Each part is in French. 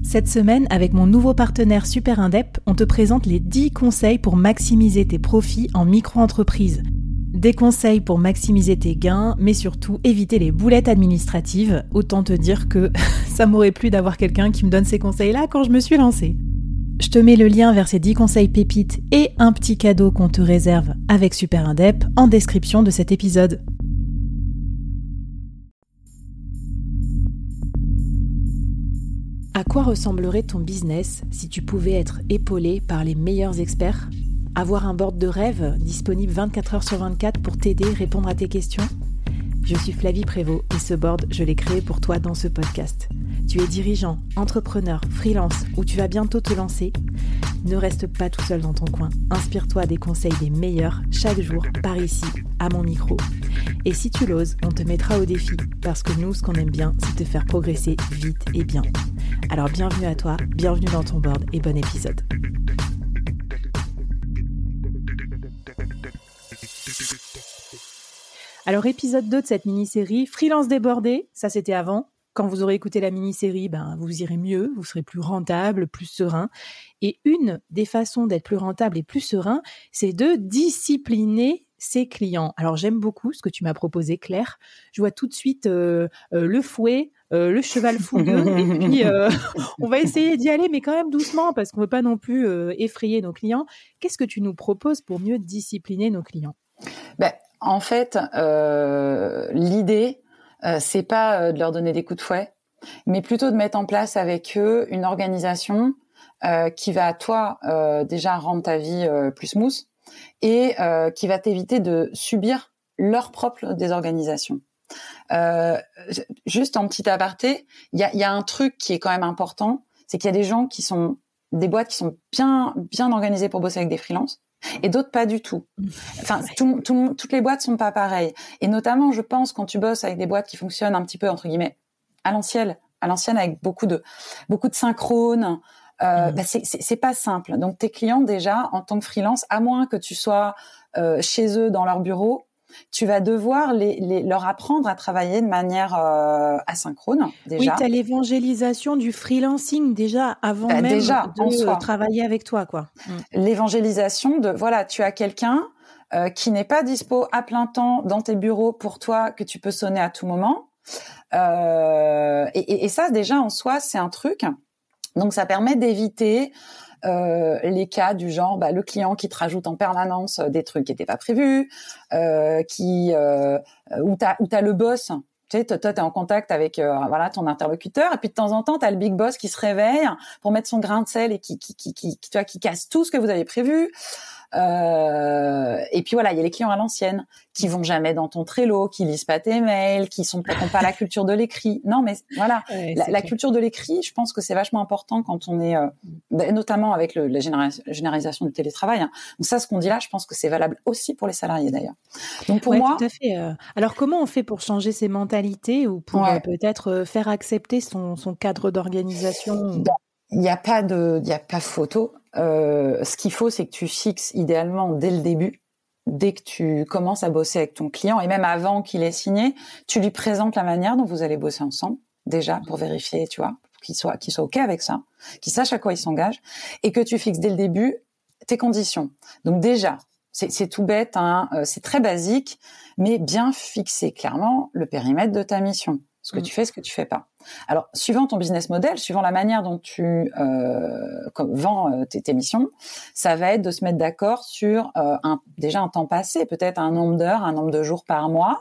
Cette semaine, avec mon nouveau partenaire Super Indep, on te présente les 10 conseils pour maximiser tes profits en micro-entreprise. Des conseils pour maximiser tes gains, mais surtout éviter les boulettes administratives. Autant te dire que ça m'aurait plu d'avoir quelqu'un qui me donne ces conseils-là quand je me suis lancée. Je te mets le lien vers ces 10 conseils pépites et un petit cadeau qu'on te réserve avec Super Indep en description de cet épisode. À quoi ressemblerait ton business si tu pouvais être épaulé par les meilleurs experts ? Avoir un board de rêve disponible 24 heures sur 24 pour t'aider, répondre à tes questions ? Je suis Flavie Prévost et ce board, je l'ai créé pour toi dans ce podcast. Tu es dirigeant, entrepreneur, freelance ou tu vas bientôt te lancer ? Ne reste pas tout seul dans ton coin. Inspire-toi des conseils des meilleurs chaque jour par ici, à mon micro. Et si tu l'oses, on te mettra au défi parce que nous, ce qu'on aime bien, c'est te faire progresser vite et bien. Alors bienvenue à toi, bienvenue dans ton board et bon épisode. Alors épisode 2 de cette mini-série, freelance débordé, ça c'était avant. Quand vous aurez écouté la mini-série, vous irez mieux, vous serez plus rentable, plus serein. Et une des façons d'être plus rentable et plus serein, c'est de discipliner ses clients. Alors j'aime beaucoup ce que tu m'as proposé, Claire. Je vois tout de suite le fouet, le cheval fougueux, et puis on va essayer d'y aller, mais quand même doucement, parce qu'on ne veut pas non plus effrayer nos clients. Qu'est-ce que tu nous proposes pour mieux discipliner nos clients ? En fait, l'idée, c'est pas de leur donner des coups de fouet, mais plutôt de mettre en place avec eux une organisation qui va, toi, déjà rendre ta vie plus smooth et qui va t'éviter de subir leur propre désorganisation. Juste en petit aparté, il y a un truc qui est quand même important, c'est qu'il y a des gens qui sont des boîtes qui sont bien organisées pour bosser avec des freelances et d'autres pas du tout. Enfin, toutes les boîtes sont pas pareilles. Et notamment, je pense, quand tu bosses avec des boîtes qui fonctionnent un petit peu entre guillemets à l'ancienne avec beaucoup de synchrone. C'est pas simple. Donc tes clients déjà en tant que freelance, à moins que tu sois chez eux dans leur bureau, tu vas devoir leur apprendre à travailler de manière asynchrone déjà. Oui, tu as l'évangélisation du freelancing déjà avant même de travailler avec toi, quoi. L'évangélisation de voilà, tu as quelqu'un qui n'est pas dispo à plein temps dans tes bureaux pour toi, que tu peux sonner à tout moment. Et ça déjà en soi, c'est un truc. Donc ça permet d'éviter les cas du genre le client qui te rajoute en permanence des trucs qui n'étaient pas prévus, où t'as le boss. Tu sais, toi, t'es en contact avec ton interlocuteur, et puis de temps en temps, t'as le big boss qui se réveille pour mettre son grain de sel et qui casse tout ce que vous avez prévu. Et puis voilà, il y a les clients à l'ancienne qui vont jamais dans ton Trello, qui lisent pas tes mails, qui ont pas la culture de l'écrit. Non, mais voilà, la culture de l'écrit, je pense que c'est vachement important quand on est, notamment avec la généralisation du télétravail. Hein. Donc ça, ce qu'on dit là, je pense que c'est valable aussi pour les salariés d'ailleurs. Donc pour moi, tout à fait. Alors comment on fait pour changer ces mentalités ou pour peut-être faire accepter son cadre d'organisation ? Il y a pas photo. Ce qu'il faut, c'est que tu fixes idéalement dès le début, dès que tu commences à bosser avec ton client, et même avant qu'il ait signé, tu lui présentes la manière dont vous allez bosser ensemble, déjà, pour vérifier, tu vois, qu'il soit OK avec ça, qu'il sache à quoi il s'engage, et que tu fixes dès le début tes conditions. Donc déjà, c'est tout bête, hein, c'est très basique, mais bien fixer clairement le périmètre de ta mission. Ce que tu fais, ce que tu fais pas. Alors, suivant ton business model, suivant la manière dont tu vends tes missions, ça va être de se mettre d'accord sur déjà un temps passé, peut-être un nombre d'heures, un nombre de jours par mois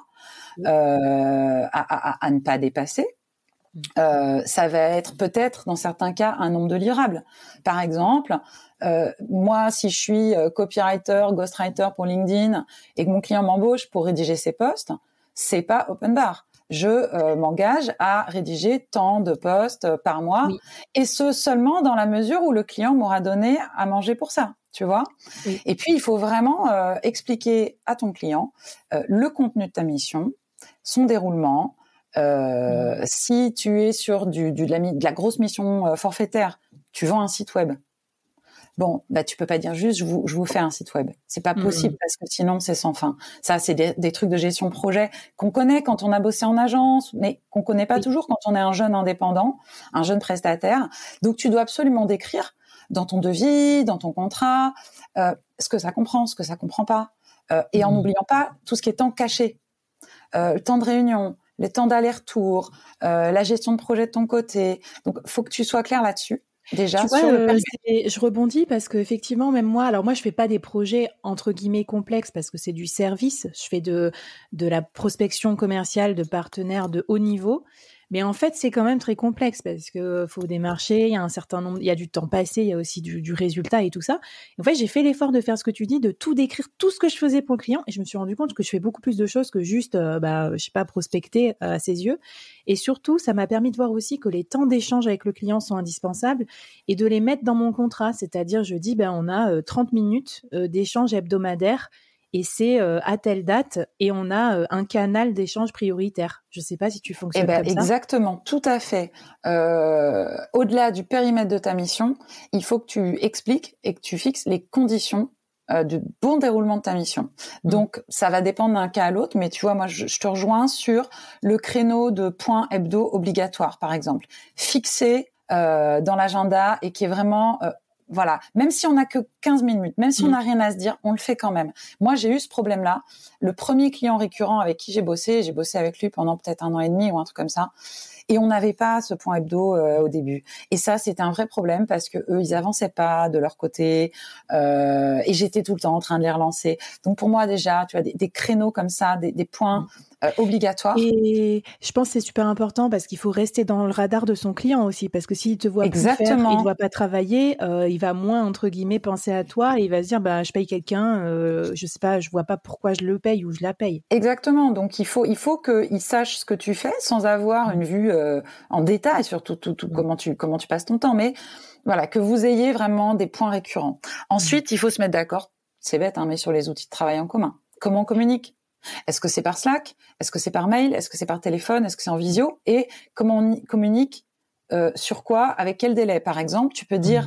à ne pas dépasser. Ça va être peut-être, dans certains cas, un nombre de livrables. Par exemple, moi, si je suis copywriter, ghostwriter pour LinkedIn et que mon client m'embauche pour rédiger ses posts, c'est pas open bar. Je m'engage à rédiger tant de posts par mois, et ce seulement dans la mesure où le client m'aura donné à manger pour ça, tu vois. Oui. Et puis, il faut vraiment expliquer à ton client le contenu de ta mission, son déroulement. Si tu es sur de la grosse mission forfaitaire, tu vends un site web. Bon, bah tu peux pas dire juste je vous fais un site web. C'est pas possible parce que sinon c'est sans fin. Ça, c'est des trucs de gestion de projet qu'on connaît quand on a bossé en agence, mais qu'on connaît pas toujours quand on est un jeune indépendant, un jeune prestataire. Donc tu dois absolument décrire dans ton devis, dans ton contrat, ce que ça comprend, ce que ça comprend pas, et en n'oubliant pas tout ce qui est temps caché, le temps de réunion, les temps d'aller-retour, la gestion de projet de ton côté. Donc faut que tu sois clair là-dessus. Déjà, tu vois, sur le je rebondis parce que effectivement, même moi, alors moi, je fais pas des projets entre guillemets complexes parce que c'est du service. Je fais de la prospection commerciale de partenaires de haut niveau. Mais en fait, c'est quand même très complexe parce que faut démarcher, il y a un certain nombre, il y a du temps passé, il y a aussi du résultat et tout ça. Et en fait, j'ai fait l'effort de faire ce que tu dis, de tout décrire, tout ce que je faisais pour le client, et je me suis rendu compte que je fais beaucoup plus de choses que juste, je sais pas, prospecter à ses yeux. Et surtout, ça m'a permis de voir aussi que les temps d'échange avec le client sont indispensables et de les mettre dans mon contrat. C'est-à-dire, je dis, on a 30 minutes d'échange hebdomadaire. Et c'est à telle date, et on a un canal d'échange prioritaire. Je sais pas si tu fonctionnes comme ça. Exactement, tout à fait. Au-delà du périmètre de ta mission, il faut que tu expliques et que tu fixes les conditions du bon déroulement de ta mission. Donc, ça va dépendre d'un cas à l'autre, mais tu vois, moi, je te rejoins sur le créneau de points hebdo obligatoire, par exemple, fixé dans l'agenda et qui est vraiment voilà, même si on n'a que 15 minutes, même si on n'a rien à se dire, on le fait quand même. Moi, j'ai eu ce problème-là. Le premier client récurrent avec qui j'ai bossé avec lui pendant peut-être 1 an et demi ou un truc comme ça. Et on n'avait pas ce point hebdo au début. Et ça, c'était un vrai problème parce que eux, ils avançaient pas de leur côté. Et j'étais tout le temps en train de les relancer. Donc pour moi, déjà, tu as des créneaux comme ça, des points obligatoires. Et je pense que c'est super important parce qu'il faut rester dans le radar de son client aussi. Parce que s'il te voit plus faire, il ne voit pas travailler, il va moins, entre guillemets, penser à toi et il va se dire, je paye quelqu'un, je sais pas, je vois pas pourquoi je le paye ou je la paye. Exactement. Donc il faut qu'il sache ce que tu fais sans avoir une vue en détail sur tout comment tu passes ton temps. Mais voilà, que vous ayez vraiment des points récurrents. Ensuite, il faut se mettre d'accord. C'est bête, mais sur les outils de travail en commun. Comment on communique? Est-ce que c'est par Slack? Est-ce que c'est par mail? Est-ce que c'est par téléphone? Est-ce que c'est en visio? Et comment on communique sur quoi? Avec quel délai? Par exemple, tu peux dire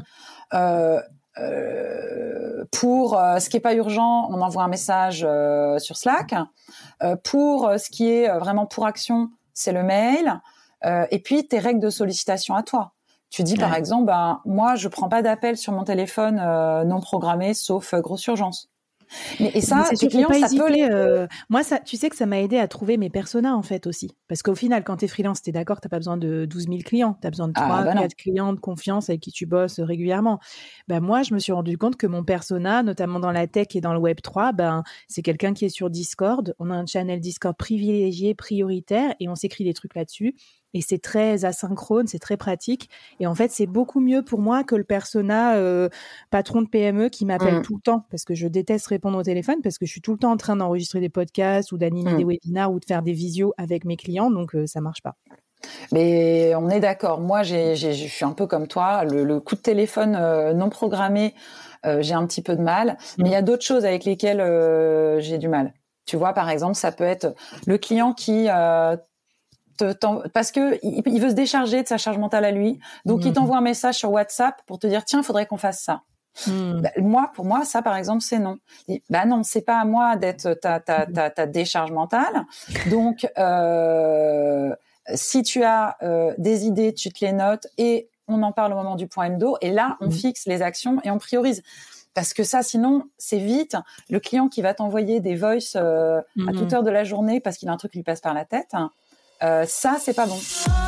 pour ce qui est pas urgent, on envoie un message sur Slack. Pour ce qui est vraiment pour action, c'est le mail. Et puis tes règles de sollicitation à toi. Tu dis par exemple, moi je prends pas d'appel sur mon téléphone non programmé sauf grosse urgence. Et ça, tes clients, ça peut les... Moi, ça, tu sais que ça m'a aidé à trouver mes personas, en fait, aussi. Parce qu'au final, quand t'es freelance, t'es d'accord, t'as pas besoin de 12 000 clients. T'as besoin de 3, 4 clients de confiance avec qui tu bosses régulièrement. Moi, je me suis rendu compte que mon persona, notamment dans la tech et dans le Web 3, c'est quelqu'un qui est sur Discord. On a un channel Discord privilégié, prioritaire, et on s'écrit des trucs là-dessus. Et c'est très asynchrone, c'est très pratique. Et en fait, c'est beaucoup mieux pour moi que le persona patron de PME qui m'appelle tout le temps, parce que je déteste répondre au téléphone, parce que je suis tout le temps en train d'enregistrer des podcasts ou d'animer des webinars ou de faire des visios avec mes clients, donc ça marche pas. Mais on est d'accord. Moi, je suis un peu comme toi. Le coup de téléphone non programmé, j'ai un petit peu de mal. Mais il y a d'autres choses avec lesquelles j'ai du mal. Tu vois, par exemple, ça peut être le client qui... parce que il veut se décharger de sa charge mentale à lui, donc il t'envoie un message sur WhatsApp pour te dire tiens, faudrait qu'on fasse ça. Pour moi, ça par exemple, c'est non. Non, c'est pas à moi d'être ta décharge mentale. Donc si tu as des idées, tu te les notes et on en parle au moment du point hebdo. Et là, on fixe les actions et on priorise. Parce que ça, sinon, c'est vite le client qui va t'envoyer des voice à toute heure de la journée parce qu'il a un truc qui lui passe par la tête. Ça, c'est pas bon.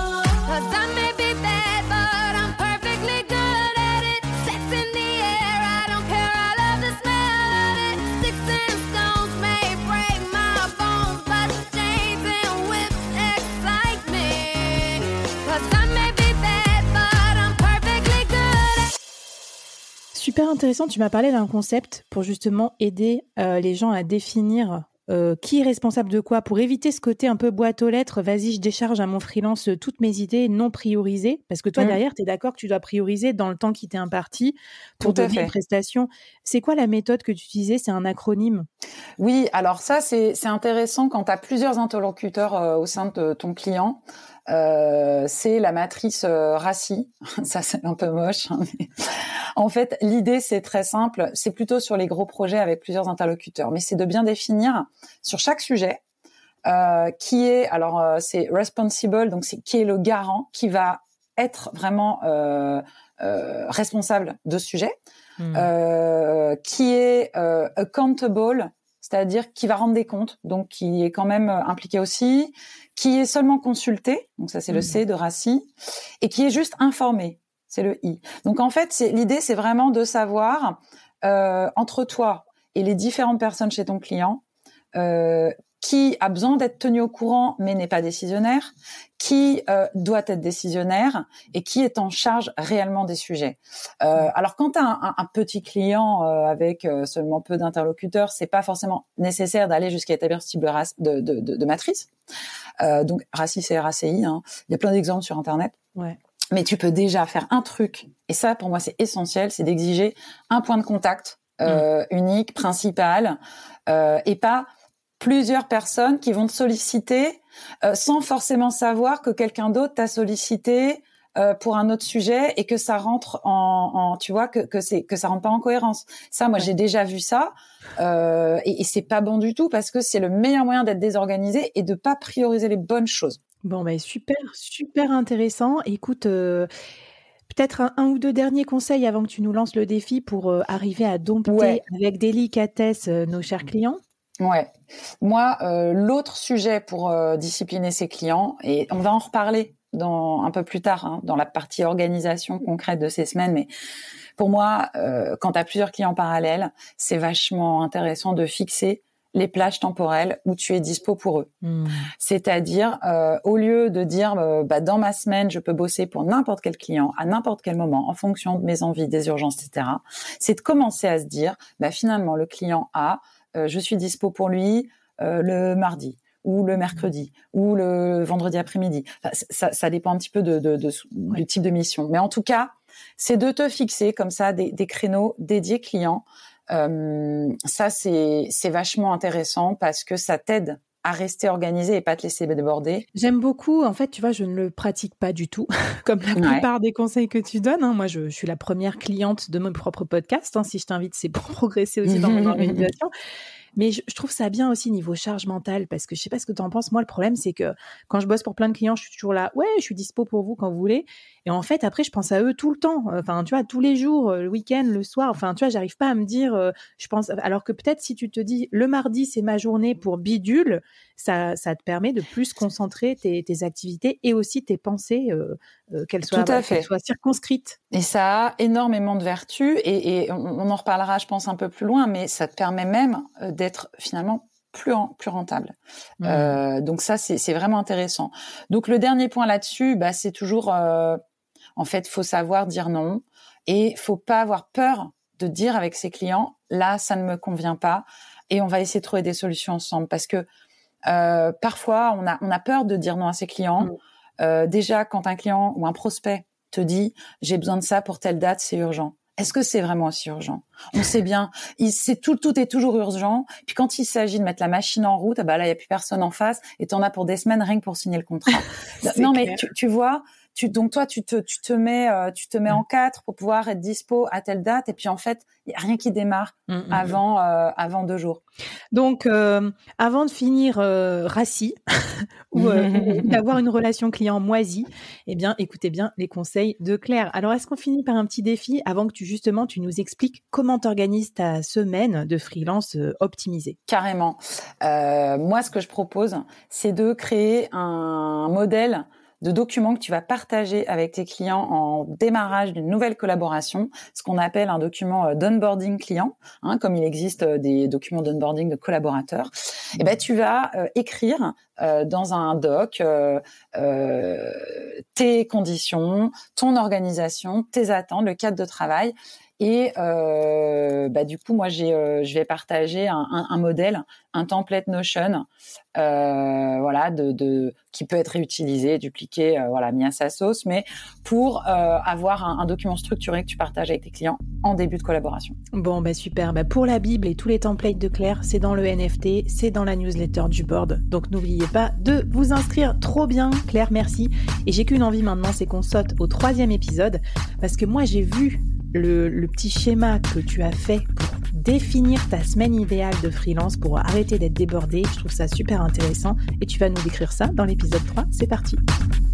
Super intéressant, tu m'as parlé d'un concept pour justement aider les gens à définir qui est responsable de quoi, pour éviter ce côté un peu boîte aux lettres, vas-y, je décharge à mon freelance toutes mes idées non priorisées, parce que toi, derrière, tu es d'accord que tu dois prioriser dans le temps qui t'est imparti pour donner une prestation. C'est quoi la méthode que tu utilisais? C'est un acronyme? Oui, alors ça, c'est intéressant quand tu as plusieurs interlocuteurs au sein de ton client. C'est la matrice RACI. Ça, c'est un peu moche. Mais... En fait, l'idée, c'est très simple. C'est plutôt sur les gros projets avec plusieurs interlocuteurs. Mais c'est de bien définir sur chaque sujet qui est... Alors, c'est responsible, donc c'est qui est le garant, qui va être vraiment responsable de ce sujet, qui est accountable, c'est-à-dire qui va rendre des comptes, donc qui est quand même impliqué aussi, qui est seulement consulté, donc ça c'est le C de RACI, et qui est juste informé, c'est le I. Donc en fait, l'idée c'est vraiment de savoir entre toi et les différentes personnes chez ton client, qui a besoin d'être tenu au courant mais n'est pas décisionnaire, qui doit être décisionnaire et qui est en charge réellement des sujets. Alors quand tu as un petit client avec seulement peu d'interlocuteurs, c'est pas forcément nécessaire d'aller jusqu'à établir ce type de matrice. Donc RACI, c'est RACI, hein. Il y a plein d'exemples sur Internet. Ouais. Mais tu peux déjà faire un truc, et ça pour moi c'est essentiel, c'est d'exiger un point de contact unique, principal, et pas plusieurs personnes qui vont te solliciter sans forcément savoir que quelqu'un d'autre t'a sollicité pour un autre sujet et que ça rentre en tu vois que ça rentre pas en cohérence. Ça, moi, j'ai déjà vu ça et c'est pas bon du tout parce que c'est le meilleur moyen d'être désorganisé et de pas prioriser les bonnes choses. Bon, bah super intéressant. Écoute, peut-être un ou deux derniers conseils avant que tu nous lances le défi pour arriver à dompter avec délicatesse nos chers clients. Ouais. Moi, l'autre sujet pour discipliner ses clients, et on va en reparler un peu plus tard, hein, dans la partie organisation concrète de ces semaines, mais pour moi, quand tu as plusieurs clients parallèles, c'est vachement intéressant de fixer les plages temporelles où tu es dispo pour eux. C'est-à-dire, au lieu de dire dans ma semaine, je peux bosser pour n'importe quel client, à n'importe quel moment, en fonction de mes envies, des urgences, etc., c'est de commencer à se dire, finalement, le client A, je suis dispo pour lui le mardi ou le mercredi ou le vendredi après-midi. Enfin, ça dépend un petit peu du type de mission. Mais en tout cas, c'est de te fixer comme ça des créneaux dédiés clients. Ça, c'est vachement intéressant parce que ça t'aide à rester organisé et pas te laisser déborder. J'aime beaucoup. En fait, tu vois, je ne le pratique pas du tout, comme la plupart des conseils que tu donnes. Hein. Moi, je suis la première cliente de mon propre podcast. Hein. Si je t'invite, c'est pour progresser aussi dans mon organisation. Mais je trouve ça bien aussi niveau charge mentale parce que je sais pas ce que tu en penses. Moi, le problème, c'est que quand je bosse pour plein de clients, je suis toujours là. Ouais, je suis dispo pour vous quand vous voulez. Et en fait, après, je pense à eux tout le temps. Enfin, tu vois, tous les jours, le week-end, le soir. Enfin, tu vois, j'arrive pas à me dire, je pense, alors que peut-être si tu te dis le mardi, c'est ma journée pour bidule, ça te permet de plus concentrer tes activités et aussi tes pensées, qu'elles soient circonscrites. Et ça a énormément de vertus et on en reparlera, je pense, un peu plus loin, mais ça te permet même d'être finalement plus rentable. Donc ça, c'est vraiment intéressant. Donc le dernier point là-dessus, c'est toujours, en fait, faut savoir dire non et faut pas avoir peur de dire avec ses clients, là, ça ne me convient pas et on va essayer de trouver des solutions ensemble parce que parfois, on a peur de dire non à ses clients. Déjà, quand un client ou un prospect te dit « j'ai besoin de ça pour telle date, c'est urgent ». Est-ce que c'est vraiment aussi urgent ? On sait bien, tout est toujours urgent. Puis quand il s'agit de mettre la machine en route, là, il n'y a plus personne en face et t'en as pour des semaines rien que pour signer le contrat. Non, clair. Mais tu vois... Donc toi, tu te mets en 4 pour pouvoir être dispo à telle date et puis en fait, il y a rien qui démarre avant 2 jours. Donc avant de finir rassis ou d'avoir une relation client moisie, eh bien écoutez bien les conseils de Claire. Alors est-ce qu'on finit par un petit défi avant que tu nous expliques comment t'organises ta semaine de freelance optimisée ? Carrément. Moi, ce que je propose, c'est de créer un modèle de documents que tu vas partager avec tes clients en démarrage d'une nouvelle collaboration, ce qu'on appelle un document d'onboarding client, comme il existe des documents d'onboarding de collaborateurs. Et tu vas écrire dans un doc tes conditions, ton organisation, tes attentes, le cadre de travail. Et du coup, moi, je vais partager un modèle, un template Notion, qui peut être réutilisé, dupliqué, mis à sa sauce, mais pour avoir un document structuré que tu partages avec tes clients en début de collaboration. Bon, super. Pour la Bible et tous les templates de Claire, c'est dans le NFT, c'est dans la newsletter du board. Donc, n'oubliez pas de vous inscrire. Trop bien, Claire, merci. Et j'ai qu'une envie maintenant, c'est qu'on saute au 3e épisode, parce que moi, j'ai vu le petit schéma que tu as fait pour définir ta semaine idéale de freelance pour arrêter d'être débordé. Je trouve ça super intéressant et tu vas nous décrire ça dans l'épisode 3. C'est parti.